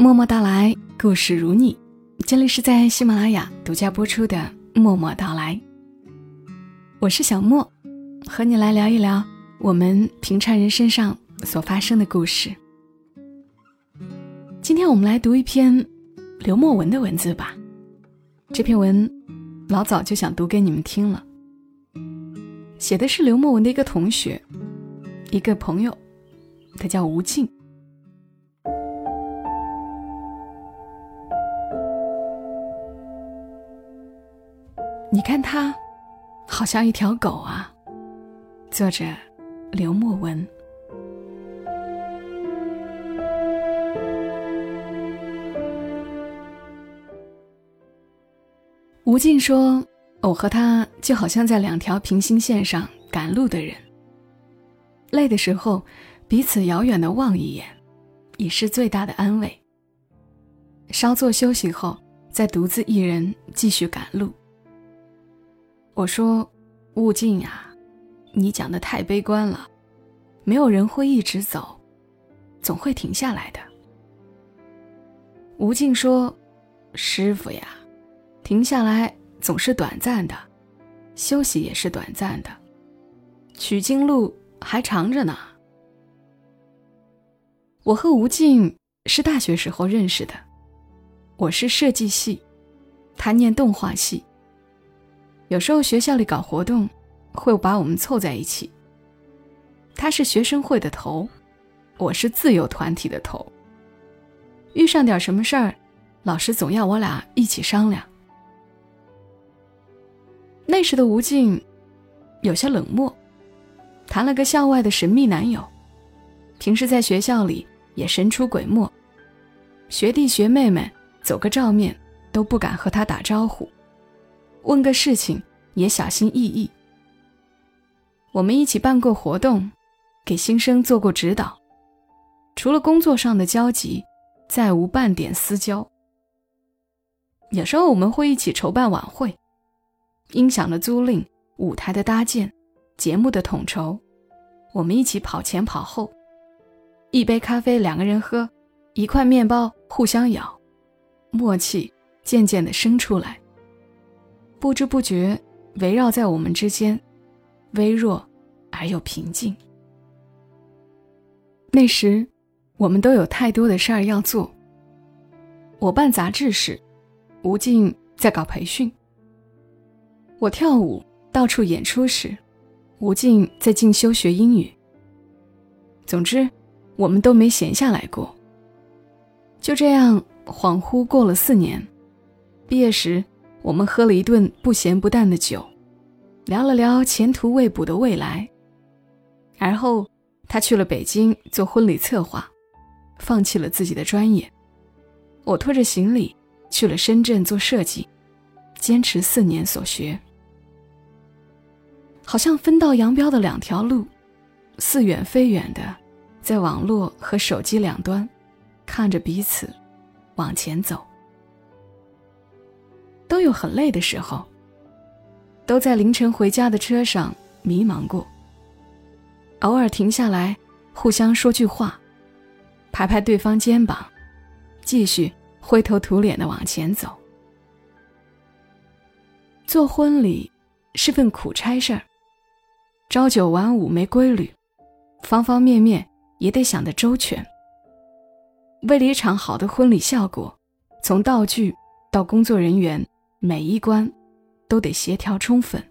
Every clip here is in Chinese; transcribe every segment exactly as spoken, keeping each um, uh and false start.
默默到来，故事如你。这里是在喜马拉雅独家播出的默默到来，我是小默，和你来聊一聊我们平常人身上所发生的故事。今天我们来读一篇刘墨文的文字吧。这篇文老早就想读给你们听了，写的是刘墨文的一个同学，一个朋友，他叫吴静。你看他好像一条狗啊。作者刘墨文。吴静说，我和他就好像在两条平行线上赶路的人，累的时候彼此遥远地望一眼，已是最大的安慰。稍作休息后，再独自一人继续赶路。我说，悟静啊，你讲得太悲观了，没有人会一直走，总会停下来的。吴静说，师父呀，停下来总是短暂的，休息也是短暂的，取经路还长着呢。我和吴静是大学时候认识的，我是设计系，他念动画系。有时候学校里搞活动，会把我们凑在一起。他是学生会的头，我是自由团体的头。遇上点什么事儿，老师总要我俩一起商量。那时的吴静有些冷漠，谈了个校外的神秘男友，平时在学校里也神出鬼没，学弟学妹们走个照面都不敢和他打招呼，问个事情也小心翼翼。我们一起办过活动，给新生做过指导，除了工作上的交集，再无半点私交。有时候我们会一起筹办晚会，音响的租赁，舞台的搭建，节目的统筹，我们一起跑前跑后，一杯咖啡两个人喝，一块面包互相咬，默契渐渐地生出来，不知不觉围绕在我们之间，微弱而又平静。那时我们都有太多的事儿要做，我办杂志时，吴静在搞培训；我跳舞到处演出时，吴静在进修学英语。总之我们都没闲下来过。就这样恍惚过了四年，毕业时我们喝了一顿不咸不淡的酒，聊了聊前途未卜的未来。而后他去了北京做婚礼策划，放弃了自己的专业。我拖着行李去了深圳做设计，坚持四年所学。好像分道扬镳的两条路，似远非远的在网络和手机两端看着彼此往前走。都有很累的时候，都在凌晨回家的车上迷茫过，偶尔停下来互相说句话，拍拍对方肩膀，继续灰头土脸地往前走。做婚礼是份苦差事儿，朝九晚五没规律，方方面面也得想得周全。为了一场好的婚礼效果，从道具到工作人员，每一关都得协调充分。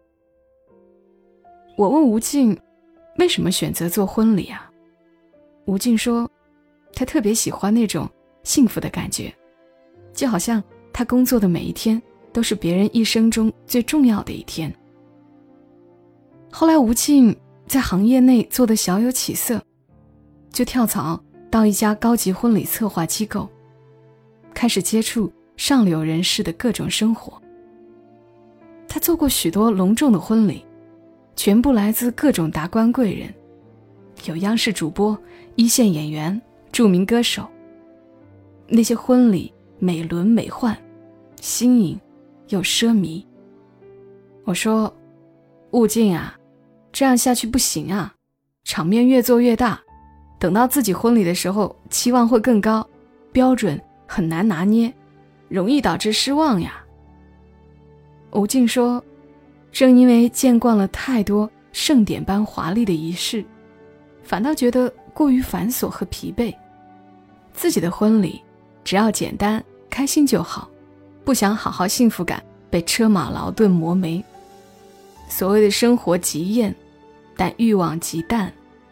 我问吴静为什么选择做婚礼啊？吴静说，她特别喜欢那种幸福的感觉，就好像她工作的每一天都是别人一生中最重要的一天。后来吴静在行业内做得小有起色，就跳槽到一家高级婚礼策划机构，开始接触上流人士的各种生活。他做过许多隆重的婚礼，全部来自各种达官贵人，有央视主播、一线演员、著名歌手。那些婚礼美轮美奂，新颖又奢靡。我说，悟净啊，这样下去不行啊，场面越做越大，等到自己婚礼的时候期望会更高， 标准很难拿捏，容易导致失望呀。吴静说，正因为见惯了太多盛典般华丽的仪式，反倒觉得过于繁琐和疲惫。自己的婚礼只要简单开心就好，不想好好幸福感被车马劳顿磨没。所谓的生活极艳，但欲望极淡。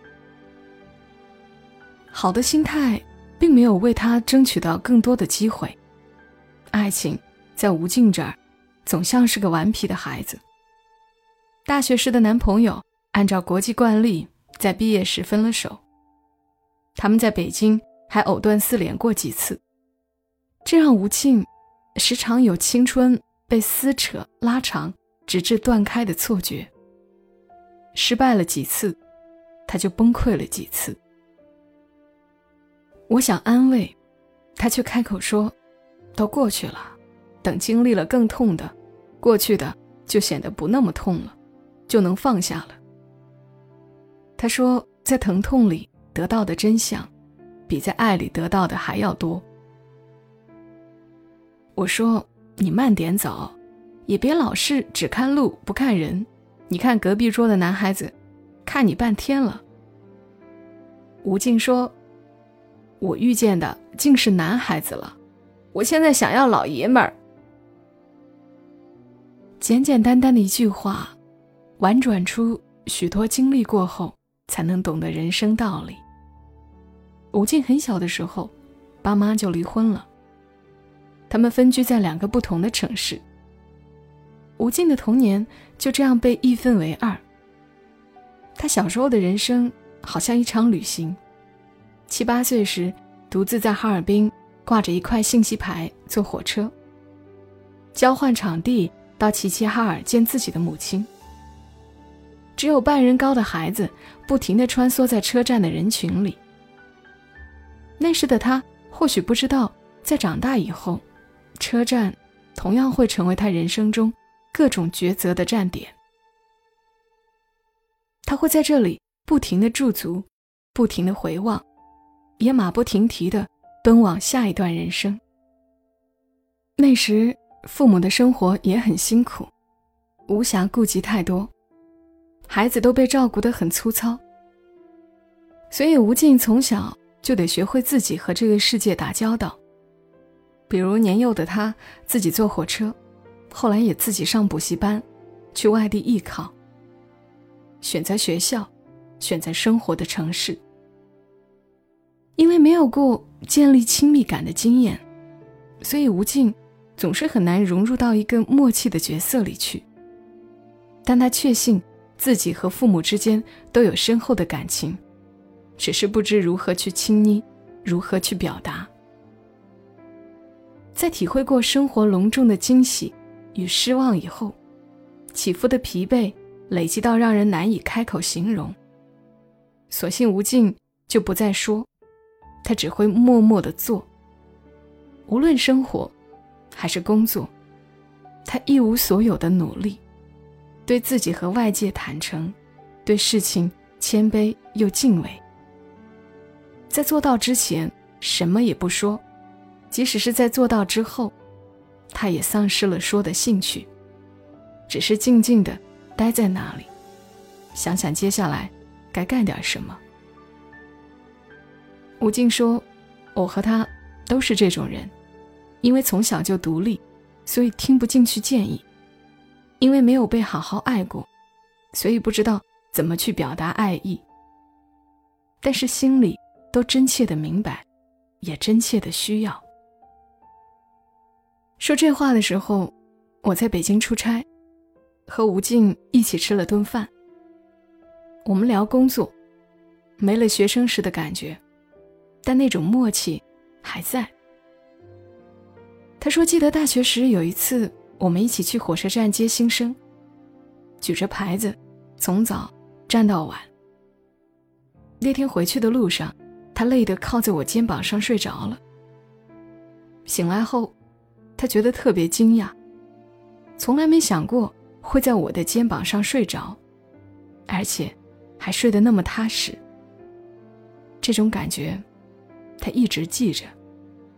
好的心态并没有为他争取到更多的机会。爱情在吴静这儿总像是个顽皮的孩子。大学时的男朋友按照国际惯例在毕业时分了手，他们在北京还藕断丝连过几次，这让吴静时常有青春被撕扯拉长直至断开的错觉。失败了几次，他就崩溃了几次。我想安慰他，却开口说，都过去了，等经历了更痛的，过去的就显得不那么痛了，就能放下了。他说，在疼痛里得到的真相比在爱里得到的还要多。我说，你慢点走，也别老是只看路不看人，你看隔壁桌的男孩子看你半天了。吴静说，我遇见的竟是男孩子了，我现在想要老爷们儿。简简单单的一句话，婉转出许多经历过后才能懂得人生道理。吴静很小的时候，爸妈就离婚了，他们分居在两个不同的城市。吴静的童年就这样被一分为二。他小时候的人生好像一场旅行，七八岁时独自在哈尔滨挂着一块信息牌坐火车，交换场地到齐齐哈尔见自己的母亲。只有半人高的孩子不停地穿梭在车站的人群里。那时的他或许不知道，在长大以后，车站同样会成为他人生中各种抉择的站点。他会在这里不停地驻足，不停地回望，也马不停蹄地奔往下一段人生。那时父母的生活也很辛苦，无暇顾及太多，孩子都被照顾得很粗糙。所以吴静从小就得学会自己和这个世界打交道。比如年幼的他自己坐火车，后来也自己上补习班，去外地艺考，选择学校，选择生活的城市。因为没有过建立亲密感的经验，所以吴静总是很难融入到一个默契的角色里去。但他确信自己和父母之间都有深厚的感情，只是不知如何去亲昵，如何去表达。在体会过生活隆重的惊喜与失望以后，起伏的疲惫累积到让人难以开口形容。索性吴静就不再说，他只会默默地做。无论生活还是工作，他一无所有的努力，对自己和外界坦诚，对事情谦卑又敬畏。在做到之前什么也不说，即使是在做到之后，他也丧失了说的兴趣，只是静静地待在那里，想想接下来该干点什么。吴静说，我和他都是这种人，因为从小就独立，所以听不进去建议，因为没有被好好爱过，所以不知道怎么去表达爱意，但是心里都真切的明白，也真切的需要。说这话的时候，我在北京出差，和吴静一起吃了顿饭。我们聊工作，没了学生时的感觉，但那种默契还在。他说记得大学时有一次我们一起去火车站接新生，举着牌子从早站到晚。那天回去的路上，他累得靠在我肩膀上睡着了。醒来后他觉得特别惊讶，从来没想过会在我的肩膀上睡着，而且还睡得那么踏实。这种感觉他一直记着，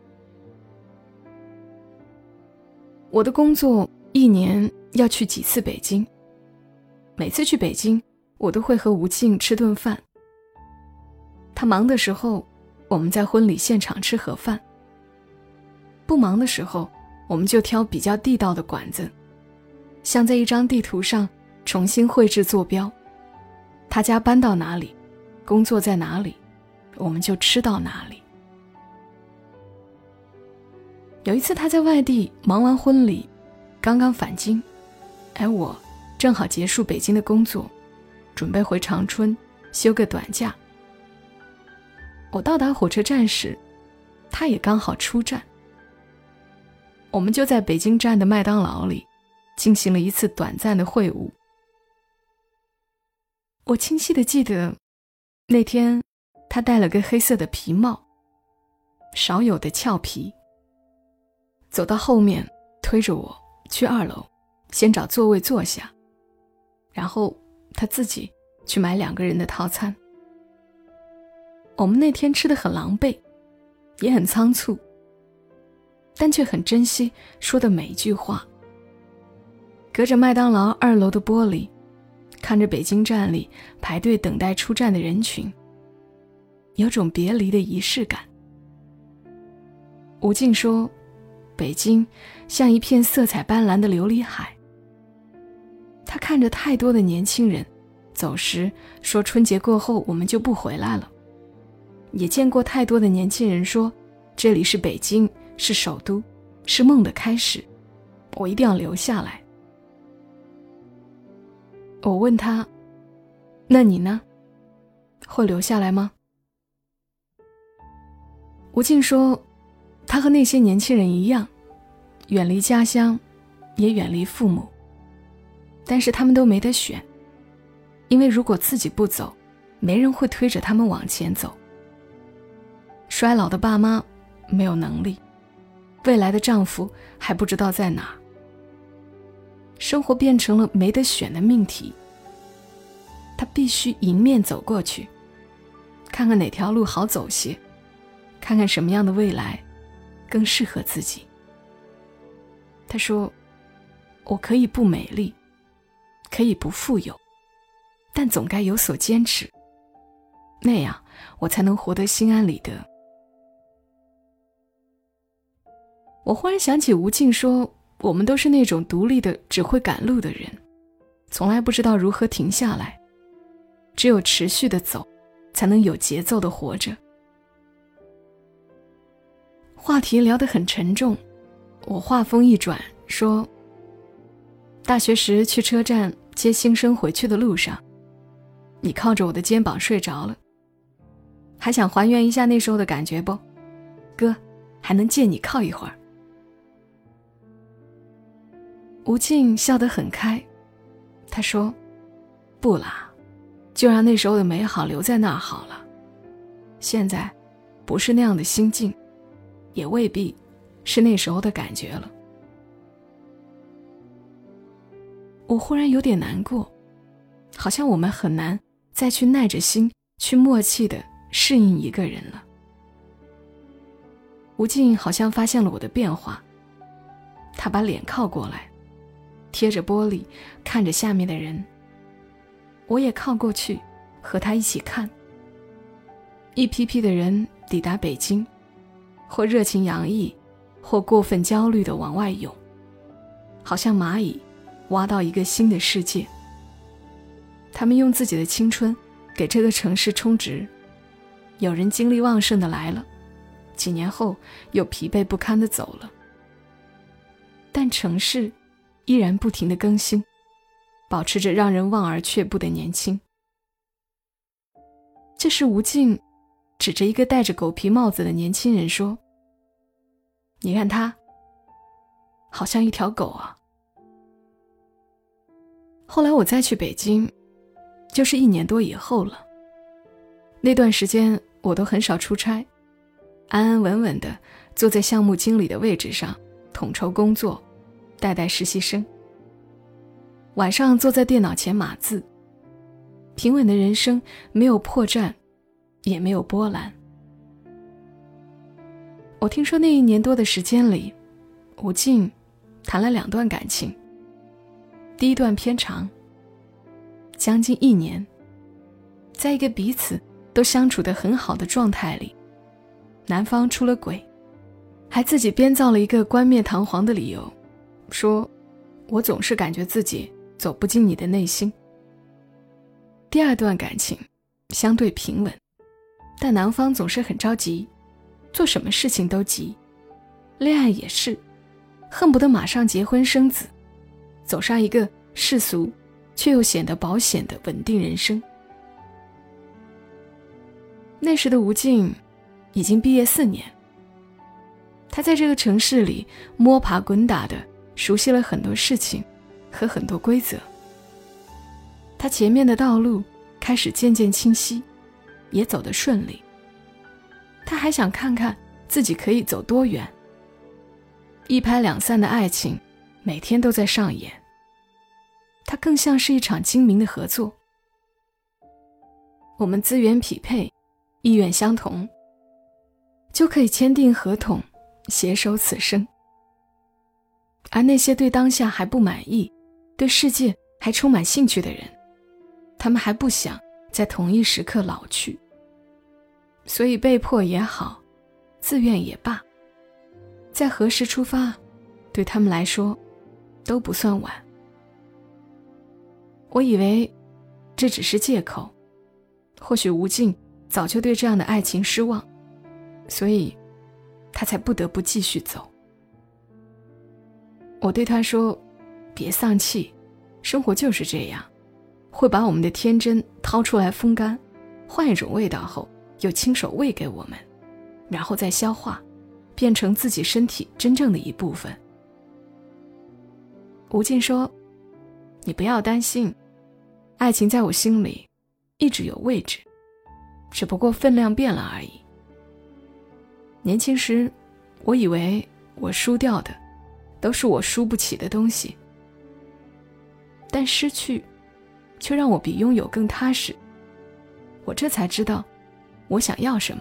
我的工作一年要去几次北京，每次去北京，我都会和吴静吃顿饭。他忙的时候，我们在婚礼现场吃盒饭；不忙的时候，我们就挑比较地道的馆子，像在一张地图上重新绘制坐标。他家搬到哪里，工作在哪里，我们就吃到哪里。有一次他在外地忙完婚礼，刚刚返京，而我正好结束北京的工作，准备回长春休个短假。我到达火车站时，他也刚好出站。我们就在北京站的麦当劳里进行了一次短暂的会晤。我清晰地记得，那天他戴了个黑色的皮帽，少有的俏皮。走到后面，推着我去二楼，先找座位坐下，然后他自己去买两个人的套餐。我们那天吃得很狼狈，也很仓促，但却很珍惜说的每一句话。隔着麦当劳二楼的玻璃，看着北京站里排队等待出站的人群，有种别离的仪式感。吴静说，北京像一片色彩斑斓的琉璃海。他看着太多的年轻人走时说春节过后我们就不回来了，也见过太多的年轻人说这里是北京，是首都，是梦的开始，我一定要留下来。我问他，那你呢？会留下来吗？吴静说，他和那些年轻人一样，远离家乡，也远离父母，但是他们都没得选，因为如果自己不走，没人会推着他们往前走。衰老的爸妈没有能力，未来的丈夫还不知道在哪儿，生活变成了没得选的命题。他必须迎面走过去，看看哪条路好走些，看看什么样的未来更适合自己。他说，我可以不美丽，可以不富有，但总该有所坚持，那样我才能活得心安理得。我忽然想起吴静说，我们都是那种独立的只会赶路的人，从来不知道如何停下来，只有持续的走，才能有节奏的活着。话题聊得很沉重，我话锋一转说，大学时去车站接新生回去的路上，你靠着我的肩膀睡着了，还想还原一下那时候的感觉不？哥，还能借你靠一会儿。吴静笑得很开，他说，不啦，就让那时候的美好留在那儿好了。现在不是那样的心境，也未必是那时候的感觉了。我忽然有点难过，好像我们很难再去耐着心去默契地适应一个人了。吴静好像发现了我的变化，他把脸靠过来，贴着玻璃看着下面的人，我也靠过去和他一起看。一批批的人抵达北京，或热情洋溢，或过分焦虑地往外涌，好像蚂蚁挖到一个新的世界。他们用自己的青春给这个城市充值，有人精力旺盛地来了，几年后又疲惫不堪地走了。但城市依然不停地更新，保持着让人望而却步的年轻。这时吴静指着一个戴着狗皮帽子的年轻人说，你看他好像一条狗啊。后来我再去北京，就是一年多以后了。那段时间我都很少出差，安安稳稳地坐在项目经理的位置上，统筹工作，带带实习生。晚上坐在电脑前码字，平稳的人生没有破绽，也没有波澜。我听说那一年多的时间里，吴静谈了两段感情。第一段偏长，将近一年，在一个彼此都相处得很好的状态里，男方出了轨，还自己编造了一个冠冕堂皇的理由，说我总是感觉自己走不进你的内心。第二段感情相对平稳，但男方总是很着急，做什么事情都急，恋爱也是，恨不得马上结婚生子，走上一个世俗却又显得保险的稳定人生。那时的吴静已经毕业四年，他在这个城市里摸爬滚打的熟悉了很多事情和很多规则。他前面的道路开始渐渐清晰，也走得顺利。他还想看看自己可以走多远。一拍两散的爱情每天都在上演，它更像是一场精明的合作。我们资源匹配，意愿相同，就可以签订合同，携手此生。而那些对当下还不满意，对世界还充满兴趣的人，他们还不想在同一时刻老去，所以被迫也好，自愿也罢，在何时出发，对他们来说都不算晚。我以为这只是借口，或许吴静早就对这样的爱情失望，所以他才不得不继续走。我对他说，别丧气，生活就是这样，会把我们的天真掏出来风干，换一种味道后又亲手喂给我们，然后再消化，变成自己身体真正的一部分。吴静说，你不要担心，爱情在我心里一直有位置，只不过分量变了而已。年轻时我以为我输掉的都是我输不起的东西，但失去却让我比拥有更踏实。我这才知道我想要什么。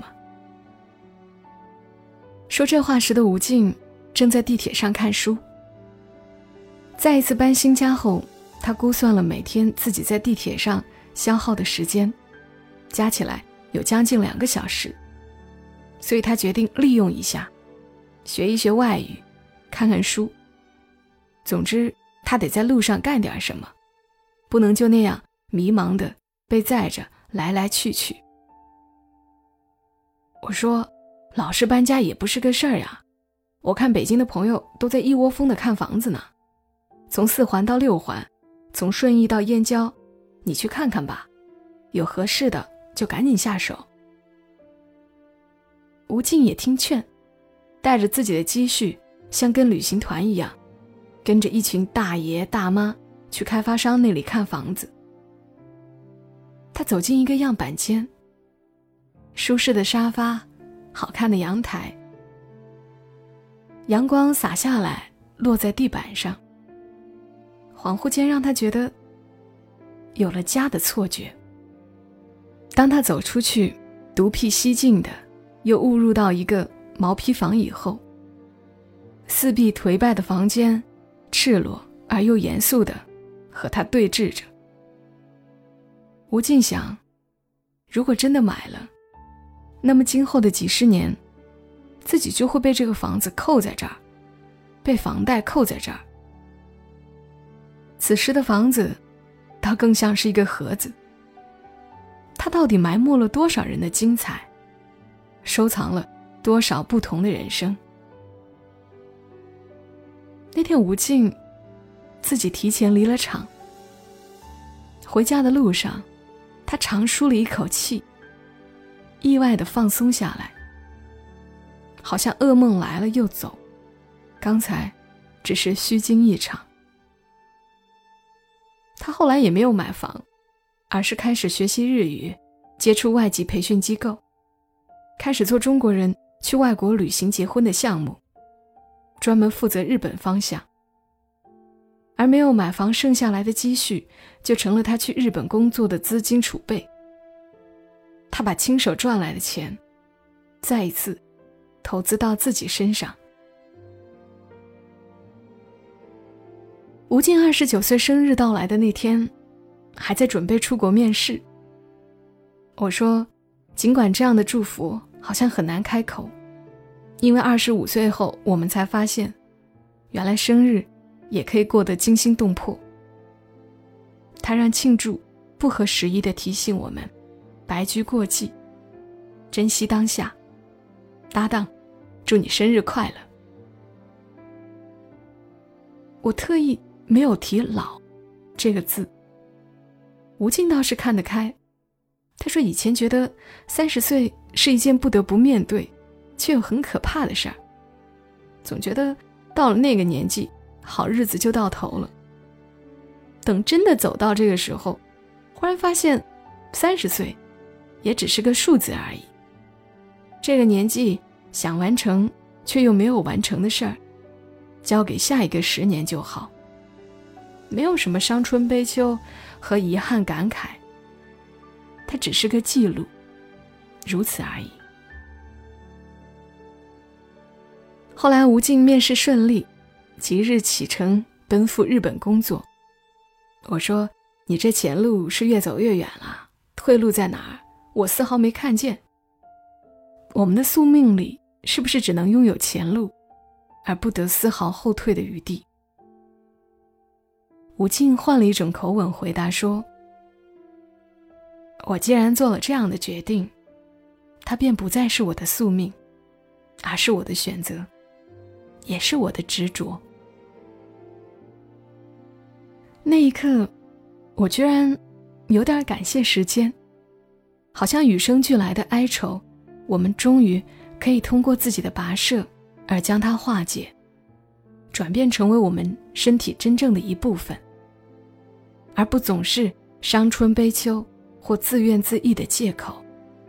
说这话时的吴静正在地铁上看书。再一次搬新家后，他估算了每天自己在地铁上消耗的时间，加起来有将近两个小时，所以他决定利用一下，学一学外语，看看书。总之他得在路上干点什么，不能就那样迷茫的被载着来来去去。我说，老是搬家也不是个事儿呀，我看北京的朋友都在一窝蜂的看房子呢，从四环到六环，从顺义到燕郊，你去看看吧，有合适的就赶紧下手。吴静也听劝，带着自己的积蓄，像跟旅行团一样，跟着一群大爷大妈去开发商那里看房子。他走进一个样板间，舒适的沙发，好看的阳台，阳光洒下来，落在地板上，恍惚间让他觉得有了家的错觉。当他走出去，独辟蹊径的又误入到一个毛坯房以后，四壁颓败的房间赤裸而又严肃地和他对峙着。吴静想，如果真的买了，那么今后的几十年，自己就会被这个房子扣在这儿，被房贷扣在这儿。此时的房子倒更像是一个盒子，它到底埋没了多少人的精彩，收藏了多少不同的人生。那天吴静自己提前离了场，回家的路上他长舒了一口气，意外地放松下来，好像噩梦来了又走，刚才只是虚惊一场。他后来也没有买房，而是开始学习日语，接触外籍培训机构，开始做中国人去外国旅行结婚的项目，专门负责日本方向。而没有买房剩下来的积蓄，就成了他去日本工作的资金储备。他把亲手赚来的钱再一次投资到自己身上。 吴静二十九岁生日到来的那天，还在准备出国面试。我说，尽管这样的祝福好像很难开口，因为二十五岁后我们才发现，原来生日也可以过得惊心动魄。他让庆祝不合时宜地提醒我们白驹过隙，珍惜当下。搭档，祝你生日快乐。我特意没有提老这个字，吴静倒是看得开。他说以前觉得三十岁是一件不得不面对却又很可怕的事儿，总觉得到了那个年纪好日子就到头了。等真的走到这个时候，忽然发现三十岁也只是个数字而已。这个年纪想完成却又没有完成的事儿，交给下一个十年就好，没有什么伤春悲秋和遗憾感慨，它只是个记录，如此而已。后来吴静面试顺利，即日启程奔赴日本工作。我说，你这前路是越走越远了，退路在哪儿？我丝毫没看见。我们的宿命里是不是只能拥有前路，而不得丝毫后退的余地？吴静换了一种口吻回答说，我既然做了这样的决定，它便不再是我的宿命，而是我的选择，也是我的执着。那一刻，我居然有点感谢时间，好像与生俱来的哀愁，我们终于可以通过自己的跋涉而将它化解，转变成为我们身体真正的一部分，而不总是伤春悲秋或自怨自艾的借口。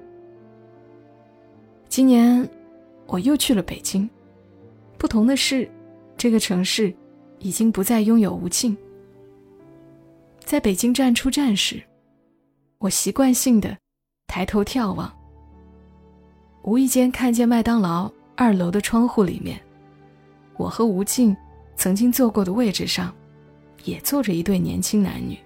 今年我又去了北京，不同的是，这个城市已经不再拥有吴静。在北京站出站时，我习惯性地抬头眺望，无意间看见麦当劳二楼的窗户里面，我和吴静曾经坐过的位置上，也坐着一对年轻男女。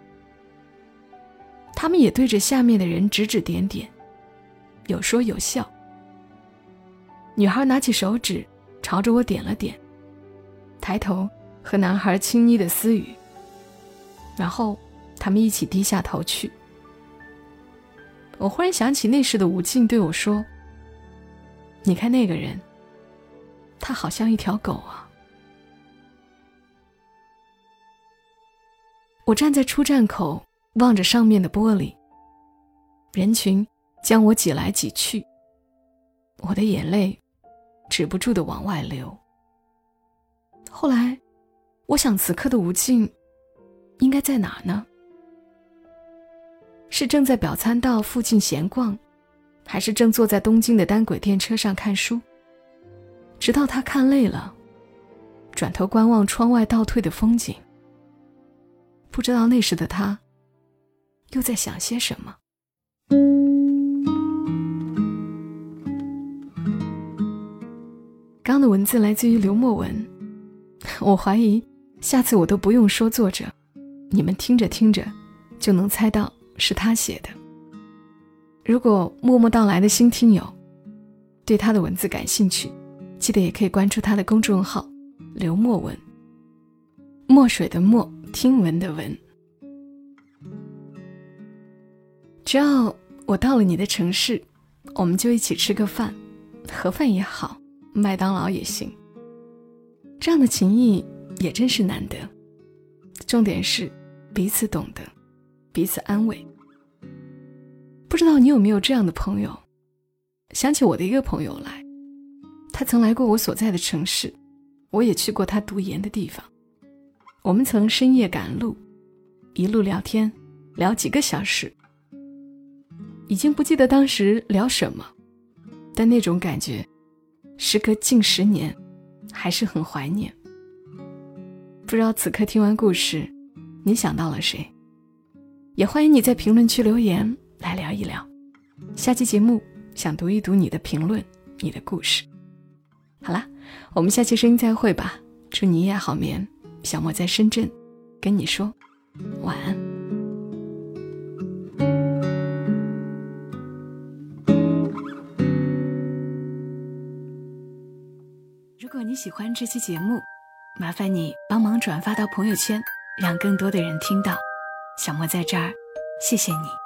他们也对着下面的人指指点点，有说有笑。女孩拿起手指朝着我点了点，抬头和男孩亲昵的私语，然后他们一起低下头去。我忽然想起那时的吴静对我说，你看那个人，他好像一条狗啊。我站在出站口，望着上面的玻璃，人群将我挤来挤去，我的眼泪止不住地往外流。后来我想，此刻的吴静应该在哪呢？是正在表参道附近闲逛，还是正坐在东京的单轨电车上看书？直到他看累了，转头观望窗外倒退的风景，不知道那时的他又在想些什么。刚的文字来自于刘墨文，我怀疑下次我都不用说作者，你们听着听着就能猜到是他写的。如果默默到来的新听友对他的文字感兴趣，记得也可以关注他的公众号刘墨文，墨水的墨，听闻的闻。只要我到了你的城市，我们就一起吃个饭，盒饭也好，麦当劳也行。这样的情谊也真是难得，重点是彼此懂得，彼此安慰。不知道你有没有这样的朋友？想起我的一个朋友来，他曾来过我所在的城市，我也去过他读研的地方。我们曾深夜赶路，一路聊天，聊几个小时。已经不记得当时聊什么，但那种感觉，时隔近十年，还是很怀念。不知道此刻听完故事，你想到了谁？也欢迎你在评论区留言来聊一聊。下期节目想读一读你的评论，你的故事。好啦，我们下期声音再会吧。祝你一夜好眠， 小莫在深圳跟你说晚安。如果你喜欢这期节目，麻烦你帮忙转发到朋友圈，让更多的人听到。小莫在这儿，谢谢你。